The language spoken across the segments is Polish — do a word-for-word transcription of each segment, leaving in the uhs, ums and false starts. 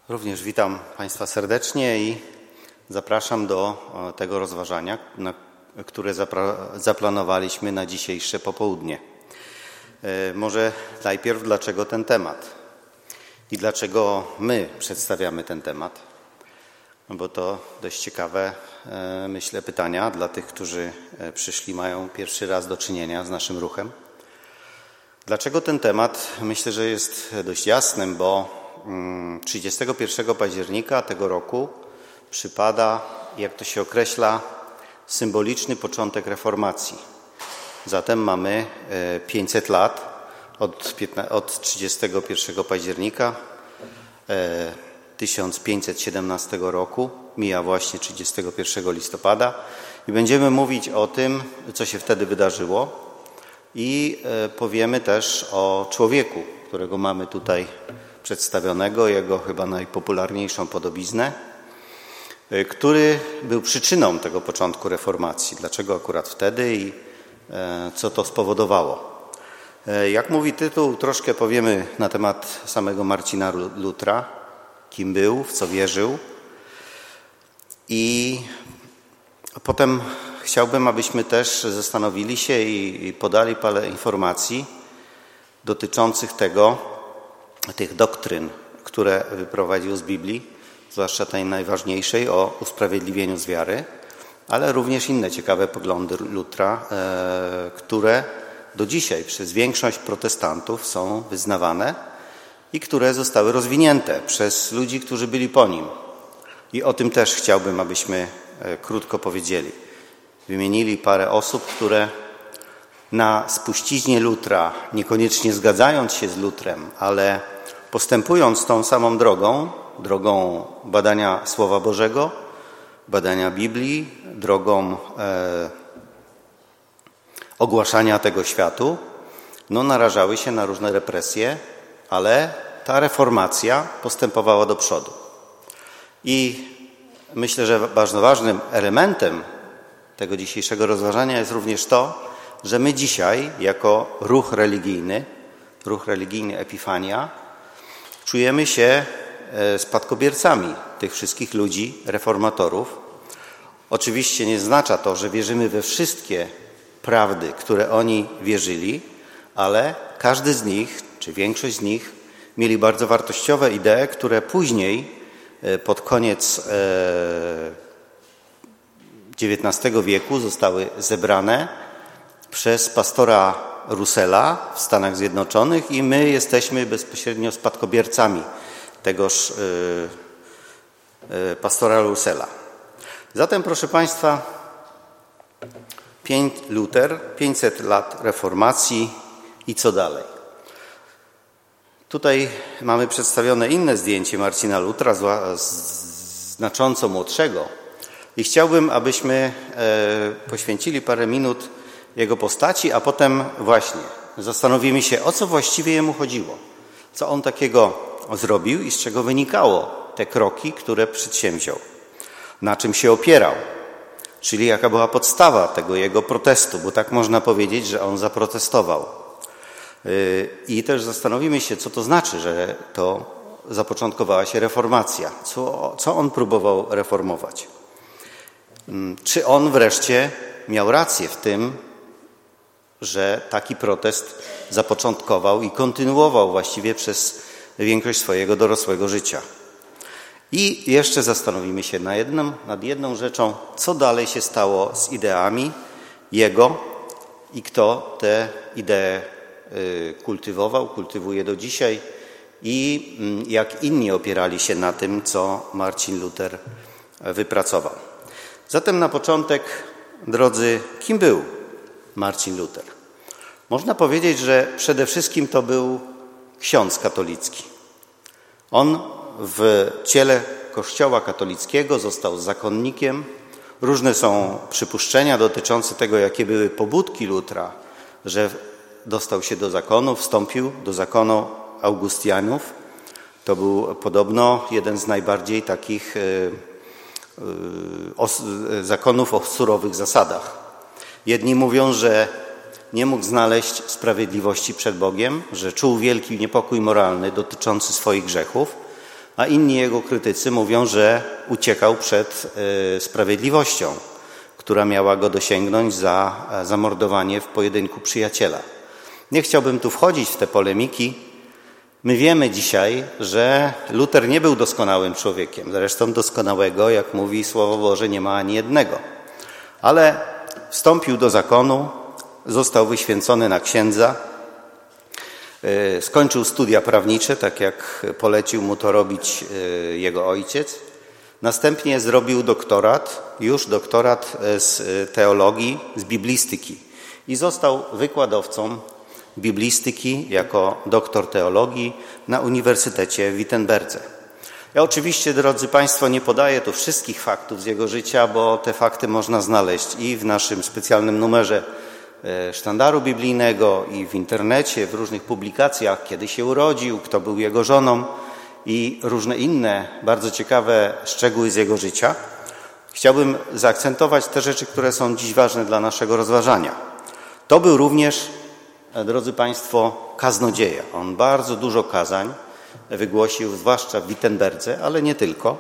Również witam Państwa serdecznie i zapraszam do tego rozważania, na, które zapra- zaplanowaliśmy na dzisiejsze popołudnie. E, może najpierw dlaczego ten temat i dlaczego my przedstawiamy ten temat, no bo to dość ciekawe, e, myślę, pytania dla tych, którzy przyszli, mają pierwszy raz do czynienia z naszym ruchem. Dlaczego ten temat? Myślę, że jest dość jasnym, bo trzydziestego pierwszego października tego roku przypada, jak to się określa, symboliczny początek reformacji. Zatem mamy pięćset lat od, od trzydziestego pierwszego października tysiąc pięćset siedemnastego roku, mija właśnie trzydziestego pierwszego listopada i będziemy mówić o tym, co się wtedy wydarzyło i powiemy też o człowieku, którego mamy tutaj przedstawionego, jego chyba najpopularniejszą podobiznę, który był przyczyną tego początku reformacji. Dlaczego akurat wtedy i co to spowodowało? Jak mówi tytuł, troszkę powiemy na temat samego Marcina Lutra, kim był, w co wierzył. I potem chciałbym, abyśmy też zastanowili się i podali parę informacji dotyczących tego, tych doktryn, które wyprowadził z Biblii, zwłaszcza tej najważniejszej o usprawiedliwieniu z wiary, ale również inne ciekawe poglądy Lutra, e, które do dzisiaj przez większość protestantów są wyznawane i które zostały rozwinięte przez ludzi, którzy byli po nim. I o tym też chciałbym, abyśmy e, krótko powiedzieli. Wymienili parę osób, które na spuściźnie Lutra, niekoniecznie zgadzając się z Lutrem, ale postępując tą samą drogą, drogą badania Słowa Bożego, badania Biblii, drogą e, ogłaszania tego światu, no narażały się na różne represje, ale ta reformacja postępowała do przodu. I myślę, że bardzo ważnym elementem tego dzisiejszego rozważania jest również to, że my dzisiaj, jako ruch religijny, ruch religijny Epifania, czujemy się spadkobiercami tych wszystkich ludzi, reformatorów. Oczywiście nie oznacza to, że wierzymy we wszystkie prawdy, które oni wierzyli, ale każdy z nich, czy większość z nich, mieli bardzo wartościowe idee, które później, pod koniec dziewiętnastego wieku, zostały zebrane przez pastora Russella w Stanach Zjednoczonych i my jesteśmy bezpośrednio spadkobiercami tegoż pastora Russella. Zatem, proszę Państwa, Luther, pięćset lat reformacji i co dalej? Tutaj mamy przedstawione inne zdjęcie Marcina Lutra, znacząco młodszego, i chciałbym, abyśmy poświęcili parę minut jego postaci, a potem właśnie zastanowimy się, o co właściwie jemu chodziło, co on takiego zrobił i z czego wynikało te kroki, które przedsięwziął, na czym się opierał, czyli jaka była podstawa tego jego protestu, bo tak można powiedzieć, że on zaprotestował. I też zastanowimy się, co to znaczy, że to zapoczątkowała się reformacja, co, co on próbował reformować. Czy on wreszcie miał rację w tym, że taki protest zapoczątkował i kontynuował właściwie przez większość swojego dorosłego życia. I jeszcze zastanowimy się nad jedną, nad jedną rzeczą, co dalej się stało z ideami jego i kto te idee kultywował, kultywuje do dzisiaj i jak inni opierali się na tym, co Marcin Luther wypracował. Zatem na początek, drodzy, kim był Marcin Luther? Można powiedzieć, że przede wszystkim to był ksiądz katolicki. On w ciele Kościoła katolickiego został zakonnikiem. Różne są przypuszczenia dotyczące tego, jakie były pobudki Lutra, że dostał się do zakonu, wstąpił do zakonu Augustianów. To był podobno jeden z najbardziej takich zakonów o surowych zasadach. Jedni mówią, że nie mógł znaleźć sprawiedliwości przed Bogiem, że czuł wielki niepokój moralny dotyczący swoich grzechów, a inni jego krytycy mówią, że uciekał przed sprawiedliwością, która miała go dosięgnąć za zamordowanie w pojedynku przyjaciela. Nie chciałbym tu wchodzić w te polemiki. My wiemy dzisiaj, że Luter nie był doskonałym człowiekiem. Zresztą doskonałego, jak mówi Słowo Boże, nie ma ani jednego. Ale wstąpił do zakonu, został wyświęcony na księdza, skończył studia prawnicze, tak jak polecił mu to robić jego ojciec. Następnie zrobił doktorat, już doktorat z teologii, z biblistyki i został wykładowcą biblistyki jako doktor teologii na Uniwersytecie w Wittenberdze. Ja oczywiście, drodzy Państwo, nie podaję tu wszystkich faktów z jego życia, bo te fakty można znaleźć i w naszym specjalnym numerze Sztandaru Biblijnego i w internecie, w różnych publikacjach, kiedy się urodził, kto był jego żoną i różne inne bardzo ciekawe szczegóły z jego życia. Chciałbym zaakcentować te rzeczy, które są dziś ważne dla naszego rozważania. To był również, drodzy Państwo, kaznodzieja. On bardzo dużo kazań wygłosił, zwłaszcza w Wittenberdze, ale nie tylko.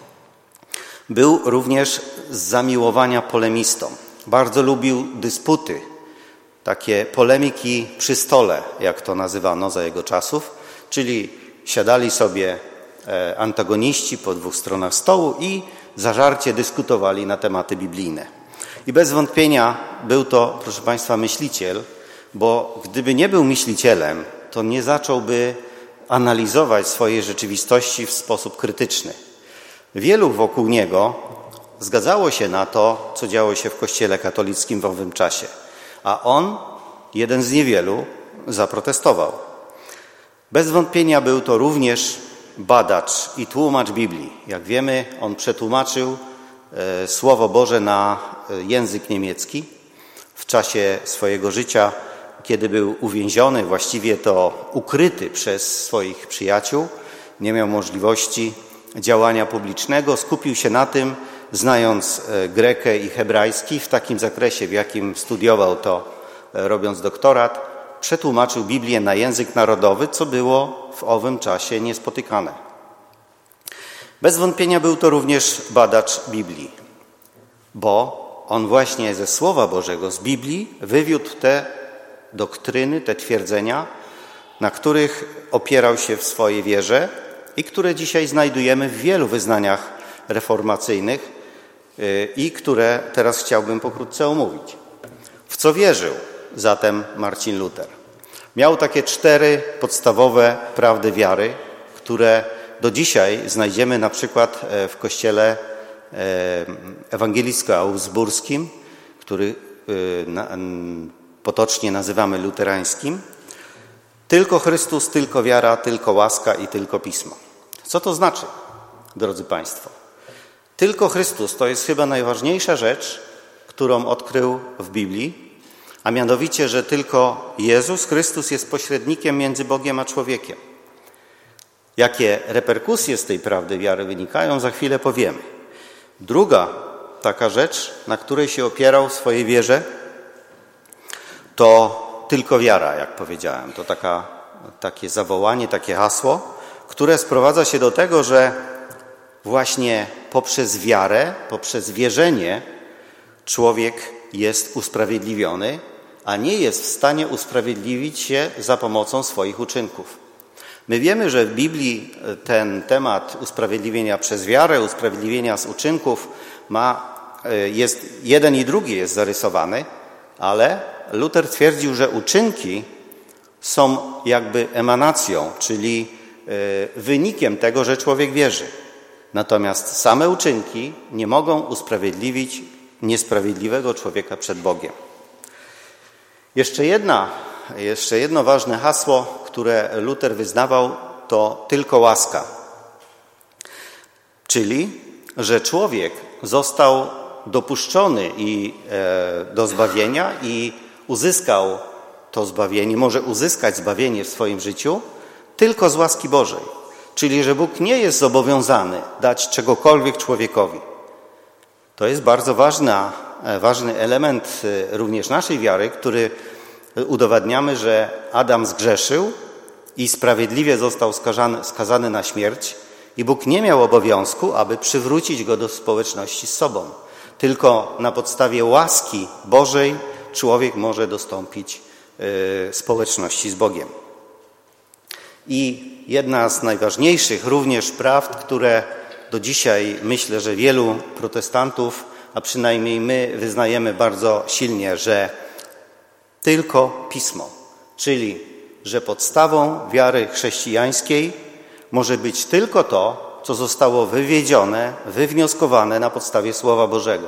Był również z zamiłowania polemistą. Bardzo lubił dysputy, takie polemiki przy stole, jak to nazywano za jego czasów, czyli siadali sobie antagoniści po dwóch stronach stołu i zażarcie dyskutowali na tematy biblijne. I bez wątpienia był to, proszę Państwa, myśliciel, bo gdyby nie był myślicielem, to nie zacząłby analizować swojej rzeczywistości w sposób krytyczny. Wielu wokół niego zgadzało się na to, co działo się w Kościele katolickim w owym czasie, a on, jeden z niewielu, zaprotestował. Bez wątpienia był to również badacz i tłumacz Biblii. Jak wiemy, on przetłumaczył Słowo Boże na język niemiecki w czasie swojego życia, kiedy był uwięziony, właściwie to ukryty przez swoich przyjaciół, nie miał możliwości działania publicznego, skupił się na tym, znając grekę i hebrajski w takim zakresie, w jakim studiował to, robiąc doktorat, przetłumaczył Biblię na język narodowy, co było w owym czasie niespotykane. Bez wątpienia był to również badacz Biblii, bo on właśnie ze Słowa Bożego, z Biblii wywiódł te doktryny, te twierdzenia, na których opierał się w swojej wierze i które dzisiaj znajdujemy w wielu wyznaniach reformacyjnych i które teraz chciałbym pokrótce omówić. W co wierzył zatem Marcin Luter? Miał takie cztery podstawowe prawdy wiary, które do dzisiaj znajdziemy na przykład w kościele ewangelicko-augsburskim, który potocznie nazywamy luterańskim. Tylko Chrystus, tylko wiara, tylko łaska i tylko Pismo. Co to znaczy, drodzy Państwo? Tylko Chrystus to jest chyba najważniejsza rzecz, którą odkrył w Biblii, a mianowicie, że tylko Jezus Chrystus jest pośrednikiem między Bogiem a człowiekiem. Jakie reperkusje z tej prawdy wiary wynikają, za chwilę powiemy. Druga taka rzecz, na której się opierał w swojej wierze, to tylko wiara, jak powiedziałem. To taka, takie zawołanie, takie hasło, które sprowadza się do tego, że właśnie poprzez wiarę, poprzez wierzenie człowiek jest usprawiedliwiony, a nie jest w stanie usprawiedliwić się za pomocą swoich uczynków. My wiemy, że w Biblii ten temat usprawiedliwienia przez wiarę, usprawiedliwienia z uczynków ma, jest jeden i drugi jest zarysowany, ale Luter twierdził, że uczynki są jakby emanacją, czyli wynikiem tego, że człowiek wierzy. Natomiast same uczynki nie mogą usprawiedliwić niesprawiedliwego człowieka przed Bogiem. Jeszcze jedna, jeszcze jedno ważne hasło, które Luter wyznawał, to tylko łaska. Czyli, że człowiek został dopuszczony i, e, do zbawienia i uzyskał to zbawienie, może uzyskać zbawienie w swoim życiu tylko z łaski Bożej. Czyli, że Bóg nie jest zobowiązany dać czegokolwiek człowiekowi. To jest bardzo ważna, ważny element również naszej wiary, który udowadniamy, że Adam zgrzeszył i sprawiedliwie został skazany, skazany na śmierć I Bóg nie miał obowiązku, aby przywrócić go do społeczności z sobą. Tylko na podstawie łaski Bożej człowiek może dostąpić y, społeczności z Bogiem. I jedna z najważniejszych również prawd, które do dzisiaj myślę, że wielu protestantów, a przynajmniej my wyznajemy bardzo silnie, że tylko Pismo, czyli że podstawą wiary chrześcijańskiej może być tylko to, co zostało wywiedzione, wywnioskowane na podstawie Słowa Bożego.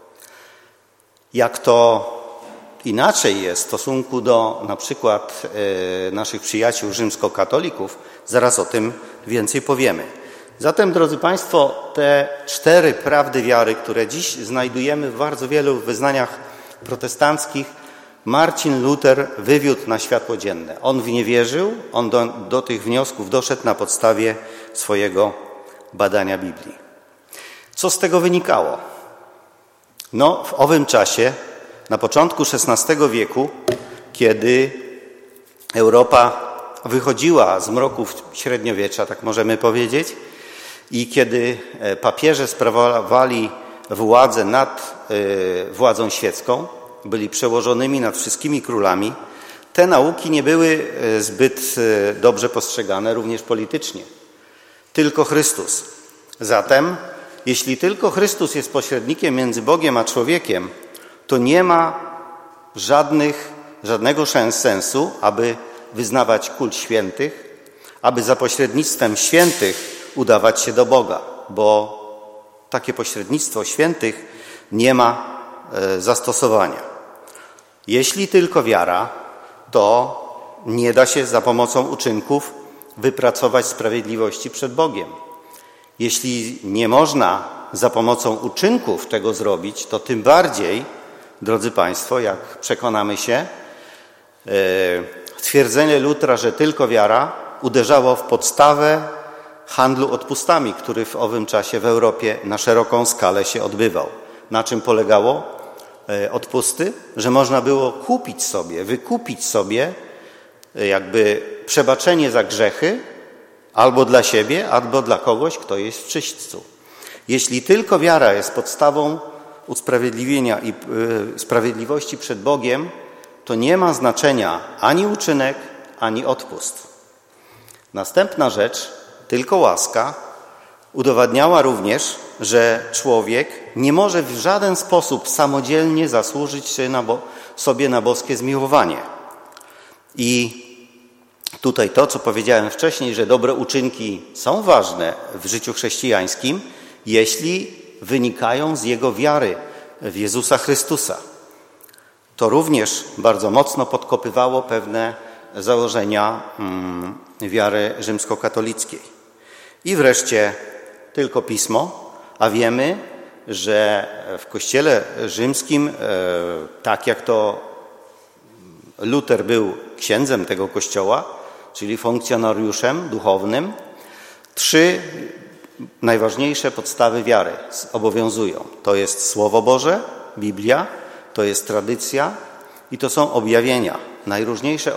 Jak to inaczej jest w stosunku do na przykład y, naszych przyjaciół rzymskokatolików, zaraz o tym więcej powiemy. Zatem, drodzy Państwo, te cztery prawdy wiary, które dziś znajdujemy w bardzo wielu wyznaniach protestanckich, Marcin Luter wywiódł na światło dzienne. On w nie wierzył, on do, do tych wniosków doszedł na podstawie swojego badania Biblii. Co z tego wynikało? No, w owym czasie, na początku szesnastego wieku, kiedy Europa wychodziła z mroków średniowiecza, tak możemy powiedzieć, i kiedy papieże sprawowali władzę nad władzą świecką, byli przełożonymi nad wszystkimi królami, te nauki nie były zbyt dobrze postrzegane również politycznie. Tylko Chrystus. Zatem, jeśli tylko Chrystus jest pośrednikiem między Bogiem a człowiekiem, to nie ma żadnych, żadnego sensu, aby wyznawać kult świętych, aby za pośrednictwem świętych udawać się do Boga, bo takie pośrednictwo świętych nie ma zastosowania. Jeśli tylko wiara, to nie da się za pomocą uczynków wypracować sprawiedliwości przed Bogiem. Jeśli nie można za pomocą uczynków tego zrobić, to tym bardziej, drodzy Państwo, jak przekonamy się, twierdzenie Lutera, że tylko wiara, uderzało w podstawę handlu odpustami, który w owym czasie w Europie na szeroką skalę się odbywał. Na czym polegało odpusty? Że można było kupić sobie, wykupić sobie jakby przebaczenie za grzechy albo dla siebie, albo dla kogoś, kto jest w czyśćcu. Jeśli tylko wiara jest podstawą usprawiedliwienia i sprawiedliwości przed Bogiem, to nie ma znaczenia ani uczynek, ani odpust. Następna rzecz, tylko łaska, udowadniała również, że człowiek nie może w żaden sposób samodzielnie zasłużyć się na bo, sobie na boskie zmiłowanie. I tutaj to, co powiedziałem wcześniej, że dobre uczynki są ważne w życiu chrześcijańskim, jeśli wynikają z jego wiary w Jezusa Chrystusa. To również bardzo mocno podkopywało pewne założenia mm, wiary rzymskokatolickiej. I wreszcie tylko Pismo, a wiemy, że w Kościele rzymskim, tak jak to Luter był księdzem tego Kościoła, czyli funkcjonariuszem duchownym, trzy najważniejsze podstawy wiary obowiązują. To jest Słowo Boże, Biblia, to jest tradycja i to są objawienia. Najróżniejsze